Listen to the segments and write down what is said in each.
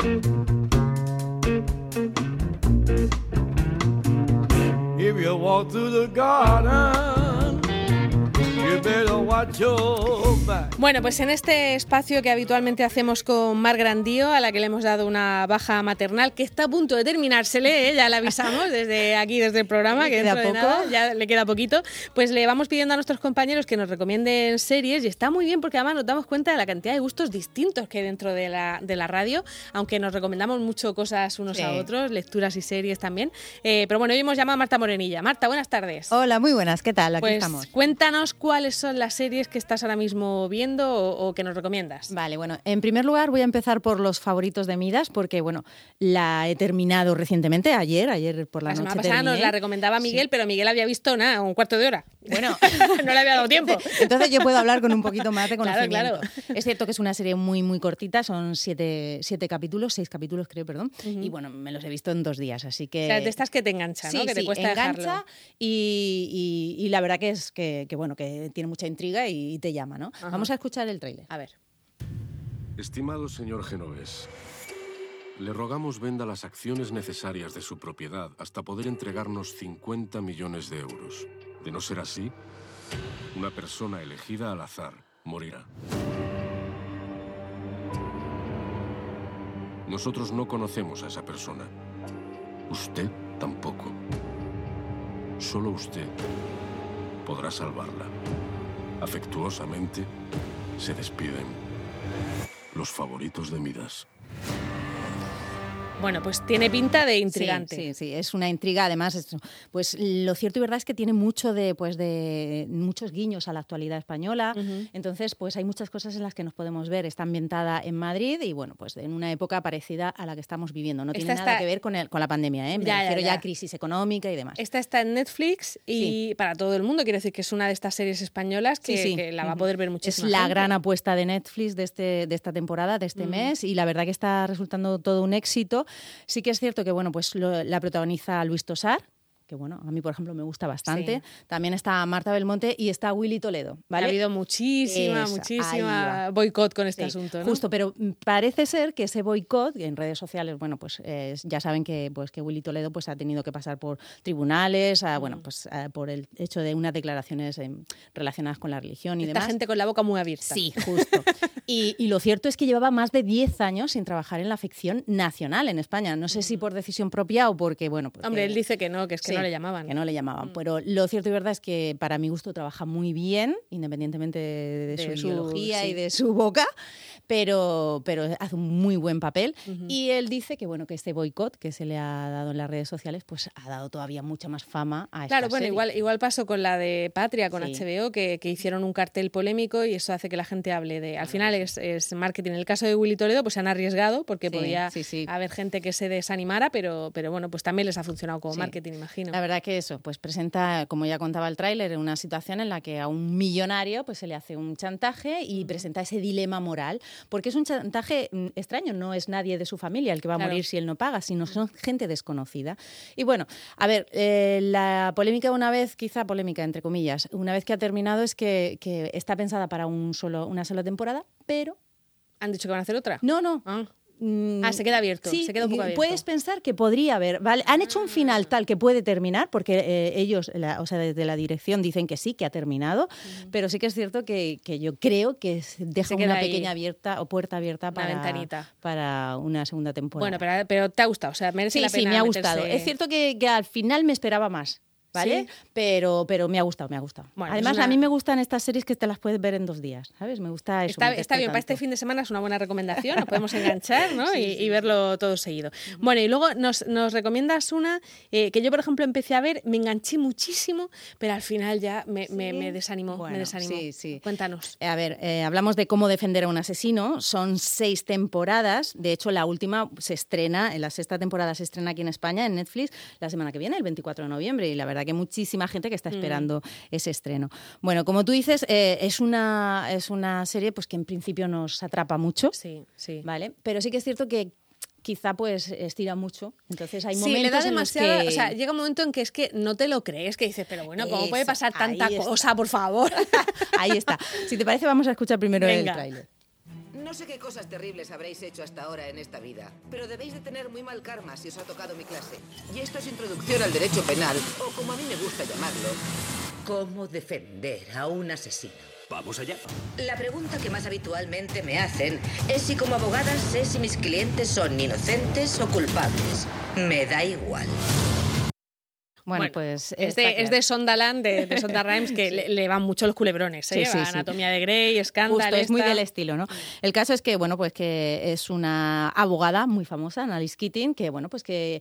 If you walk through the garden, you better watch your back. Bueno, pues en este espacio que habitualmente hacemos con Mar Grandío, a la que le hemos dado una baja maternal, que está a punto de terminársele, ya le avisamos desde aquí, desde el programa, que dentro de nada ya le queda poquito, pues le vamos pidiendo a nuestros compañeros que nos recomienden series, y está muy bien porque además nos damos cuenta de la cantidad de gustos distintos que hay dentro de la radio, aunque nos recomendamos mucho cosas unos a otros, lecturas y series también. Pero bueno, hoy hemos llamado a Marta Morenilla. Marta, buenas tardes. Hola, muy buenas, ¿qué tal? Aquí pues estamos. Cuéntanos cuáles son las series que estás ahora mismo viendo o que nos recomiendas. Vale, bueno, en primer lugar voy a empezar por los favoritos de Midas, porque bueno, la he terminado recientemente, ayer por la noche semana pasada terminé. Nos la recomendaba Miguel, sí. Pero Miguel había visto nada, un cuarto de hora. Bueno, no le había dado tiempo. Entonces yo puedo hablar con un poquito más de conocimiento. Claro. Es cierto que es una serie muy, muy cortita, son 6 capítulos creo, perdón, y bueno, me los he visto en 2 días, así que... O sea, de estas que te enganchan, ¿no? Sí, que te cuesta engancha dejarlo. Y la verdad que es que bueno, que tiene mucha intriga y te llama, ¿no? Ajá. Vamos a escuchar el tráiler. A ver. Estimado señor Genovés, le rogamos venda las acciones necesarias de su propiedad hasta poder entregarnos 50 millones de euros. De no ser así, una persona elegida al azar morirá. Nosotros no conocemos a esa persona. Usted tampoco. Solo usted podrá salvarla. Afectuosamente, se despiden los favoritos de Midas. Bueno, pues tiene pinta de intrigante. Sí, es una intriga. Además, pues lo cierto y verdad es que tiene muchos guiños a la actualidad española. Uh-huh. Entonces, pues hay muchas cosas en las que nos podemos ver. Está ambientada en Madrid y, bueno, pues en una época parecida a la que estamos viviendo. No tiene nada que ver con la pandemia, ¿eh? Me refiero ya a crisis económica y demás. Esta está en Netflix y para todo el mundo. Quiero decir que es una de estas series españolas que la va a poder ver muchísima gente. Es la gran apuesta de Netflix de esta temporada, de este mes, y la verdad que está resultando todo un éxito. Sí que es cierto que bueno, pues la protagoniza Luis Tosar, que bueno, a mí por ejemplo me gusta bastante. Sí. También está Marta Belmonte y está Willy Toledo, ¿vale? Ha habido muchísima boicot con este asunto, ¿no? Justo, pero parece ser que ese boicot en redes sociales, bueno, pues ya saben que Willy Toledo pues ha tenido que pasar por tribunales, bueno, pues por el hecho de unas declaraciones relacionadas con la religión y demás. Esta gente con la boca muy abierta. Sí, justo. Y lo cierto es que llevaba más de 10 años sin trabajar en la ficción nacional en España. No sé si por decisión propia o porque, bueno... Porque, hombre, él dice que no, que es que no le llamaban. Que no le llamaban. Pero lo cierto y verdad es que para mi gusto trabaja muy bien, independientemente de su ideología y de su boca, pero hace un muy buen papel. Uh-huh. Y él dice que bueno, que este boicot que se le ha dado en las redes sociales pues ha dado todavía mucha más fama a esta serie. Bueno, igual pasó con la de Patria, con HBO, que hicieron un cartel polémico y eso hace que la gente hable de... Al final es marketing. En el caso de Willy Toledo pues se han arriesgado porque podía haber gente que se desanimara, pero bueno, pues también les ha funcionado como marketing, imagino. La verdad que eso, pues presenta, como ya contaba el tráiler, una situación en la que a un millonario pues se le hace un chantaje y presenta ese dilema moral, porque es un chantaje extraño, no es nadie de su familia el que va a morir si él no paga, sino son gente desconocida. Y bueno, a ver, la polémica polémica entre comillas, una vez que ha terminado es que está pensada para una sola temporada, pero... ¿Han dicho que van a hacer otra? No. Se queda abierto, sí, se queda un poco abierto. Puedes pensar que podría haber, ¿vale? Han hecho un final tal que puede terminar, porque ellos, desde la dirección dicen que sí, que ha terminado, pero sí que es cierto que yo creo que deja una pequeña puerta abierta para una segunda temporada. Bueno, pero te ha gustado, o sea, merece la pena. Sí, me ha gustado. Es cierto que al final me esperaba más. ¿Vale? ¿Sí? Pero me ha gustado. Bueno, además, a mí me gustan estas series que te las puedes ver en 2 días, ¿sabes? Me gusta eso. Está bien, para este fin de semana es una buena recomendación, nos podemos enganchar, ¿no? y verlo todo seguido. Bueno, y luego nos recomiendas una que yo, por ejemplo, empecé a ver, me enganché muchísimo, pero al final ya me desanimó. Bueno, me desanimó. Sí. Cuéntanos. A ver, hablamos de cómo defender a un asesino. Son 6 temporadas. De hecho, la última se estrena, en la 6ª temporada se estrena aquí en España, en Netflix, la semana que viene, el 24 de noviembre. Y la verdad que muchísima gente que está esperando ese estreno. Bueno, como tú dices, es una serie pues que en principio nos atrapa mucho. Sí. ¿Vale? Pero sí que es cierto que quizá pues estira mucho. Entonces hay momentos le da demasiada, en los que... O sea, llega un momento en que es que no te lo crees, que dices, pero bueno, ¿cómo puede pasar tanta cosa, por favor? Ahí está. Si te parece, vamos a escuchar primero el tráiler. No sé qué cosas terribles habréis hecho hasta ahora en esta vida, pero debéis de tener muy mal karma si os ha tocado mi clase. Y esto es introducción al derecho penal, o como a mí me gusta llamarlo, cómo defender a un asesino. Vamos allá. La pregunta que más habitualmente me hacen es si como abogada sé si mis clientes son inocentes o culpables. Me da igual. Bueno, pues es de Sondaland, de Sonda Rhimes, que le van mucho los culebrones, ¿eh? Sí. Anatomía de Grey, Scandal. Justo, es muy del estilo, ¿no? El caso es que, bueno, pues que es una abogada muy famosa, Annalise Keating, que, bueno, pues que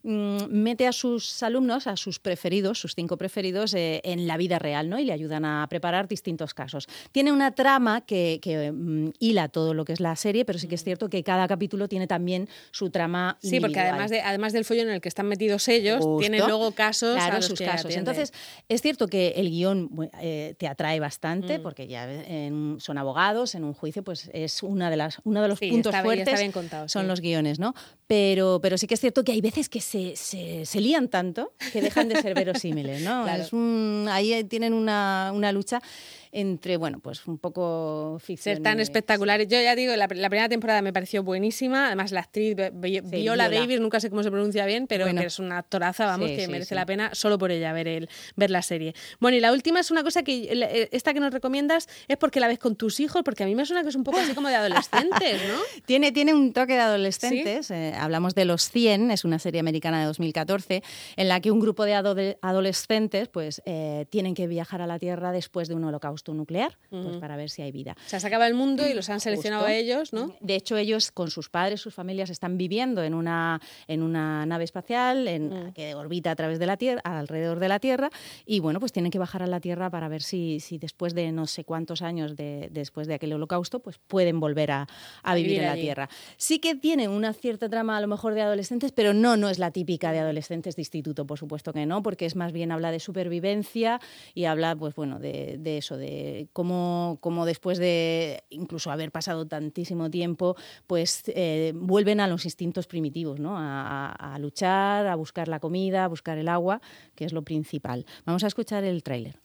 mete a sus alumnos, a sus preferidos, sus 5 preferidos, en la vida real, ¿no? Y le ayudan a preparar distintos casos. Tiene una trama que hila todo lo que es la serie, pero sí que es cierto que cada capítulo tiene también su trama individual. Sí, porque además del follón en el que están metidos ellos, tienen luego casos. Claro, sus casos. Entonces, es cierto que el guión te atrae bastante, porque ya son abogados, en un juicio, pues es uno de los puntos fuertes bien contado, son los guiones, ¿no? Pero sí que es cierto que hay veces que se lían tanto que dejan de ser verosímiles, ¿no? Claro. Ahí tienen una lucha entre, bueno, pues un poco ficción. Ser tan espectaculares. Yo ya digo, la primera temporada me pareció buenísima. Además, la actriz Viola Davis, nunca sé cómo se pronuncia bien, pero bueno, que es una actoraza, vamos, que merece la pena solo por ella ver la serie. Bueno, y la última es una cosa que esta que nos recomiendas es porque la ves con tus hijos, porque a mí me suena que es un poco así como de adolescentes, ¿no? Tiene un toque de adolescentes. ¿Sí? Hablamos de Los 100, es una serie americana de 2014, en la que un grupo de adolescentes pues tienen que viajar a la Tierra después de un holocausto nuclear, pues para ver si hay vida. O sea, se acaba el mundo y los han seleccionado a ellos, ¿no? De hecho, ellos con sus padres, sus familias, están viviendo en una nave espacial que orbita a través de la Tierra, alrededor de la Tierra, y bueno, pues tienen que bajar a la Tierra para ver si después de no sé cuántos años después de aquel holocausto, pues pueden volver a vivir en la Tierra. Sí que tiene una cierta trama a lo mejor de adolescentes, pero no es la típica de adolescentes de instituto, por supuesto que no, porque es más bien habla de supervivencia y habla, pues bueno, de eso, de cómo después de incluso haber pasado tantísimo tiempo, pues vuelven a los instintos primitivos, ¿no? A luchar, a buscar la comida, a buscar el agua, que es lo principal. Vamos a escuchar el tráiler.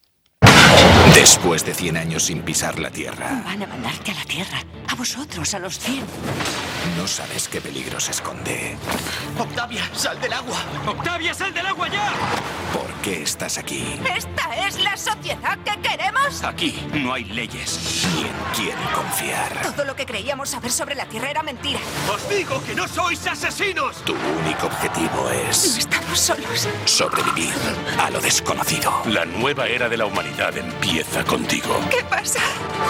Después de 100 años sin pisar la Tierra. Van a mandarte a la Tierra, a vosotros, a los 100. No sabes qué peligro se esconde. ¡Octavia, sal del agua! ¡Octavia, sal del agua ya! ¿Por qué estás aquí? ¿Esta es la sociedad que queremos? Aquí no hay leyes. ¿Quién quiere confiar? Todo lo que creíamos saber sobre la Tierra era mentira. ¡Os digo que no sois asesinos! Tu único objetivo es... No estamos solos. Sobrevivir a lo desconocido. La nueva era de la humanidad empieza contigo. ¿Qué pasa?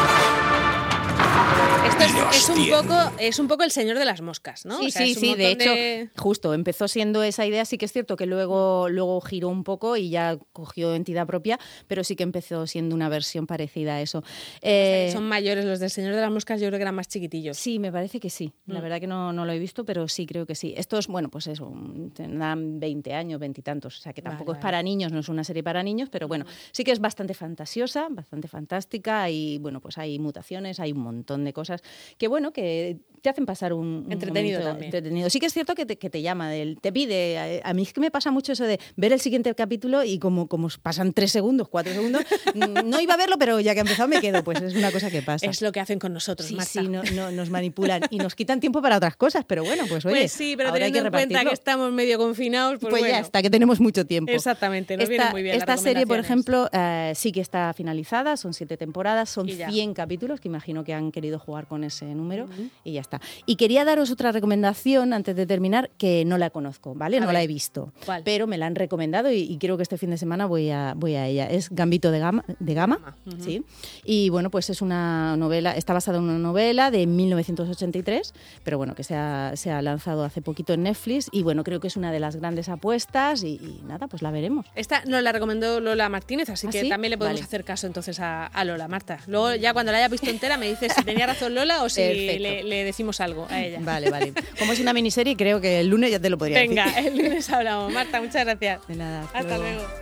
Esto es un poco el Señor de las Moscas, ¿no? Sí, o sea, sí, de hecho, justo, empezó siendo esa idea, sí que es cierto que luego giró un poco y ya cogió entidad propia, pero sí que empezó siendo una versión parecida a eso. Son mayores los del Señor de las Moscas, yo creo que eran más chiquitillos. Sí, me parece que sí. La verdad que no lo he visto, pero sí creo que sí. Estos, bueno, pues eso, tendrán 20 años, 20 y tantos, o sea que tampoco es para niños, no es una serie para niños, pero bueno, sí que es bastante fantasiosa, bastante fantástica y bueno, pues hay mutaciones, hay un montón de cosas que bueno, que te hacen pasar un entretenido momento también. Entretenido. Sí que es cierto que te llama, te pide. A mí es que me pasa mucho eso de ver el siguiente capítulo y como pasan 3 segundos, 4 segundos, no iba a verlo, pero ya que ha empezado me quedo. Pues es una cosa que pasa. Es lo que hacen con nosotros, Marta. Sí, nos manipulan y nos quitan tiempo para otras cosas, pero bueno, pues oye, pues sí, pero teniendo en cuenta que estamos medio confinados, pues bueno. Ya está, que tenemos mucho tiempo. Exactamente, nos viene muy bien. Esta serie, por ejemplo, sí que está finalizada, son 7 temporadas, son 100 capítulos, que imagino que han querido jugar con ese número y ya está. Y quería daros otra recomendación antes de terminar, que no la conozco, ¿vale? No la he visto, pero me la han recomendado y creo que este fin de semana voy a ella. Es Gambito de Gama, ¿sí? Y bueno, pues es una novela, está basada en una novela de 1983, pero bueno, que se ha lanzado hace poquito en Netflix y bueno, creo que es una de las grandes apuestas y nada, pues la veremos. Esta nos la recomendó Lola Martínez, así que también le podemos hacer caso entonces a Lola, Marta. Luego ya cuando la haya visto entera me dice si tenía razón Lola o si le decimos algo a ella. Vale. Como es una miniserie, creo que el lunes ya te lo podría decir. Venga, el lunes hablamos. Marta, muchas gracias. De nada. Hasta luego.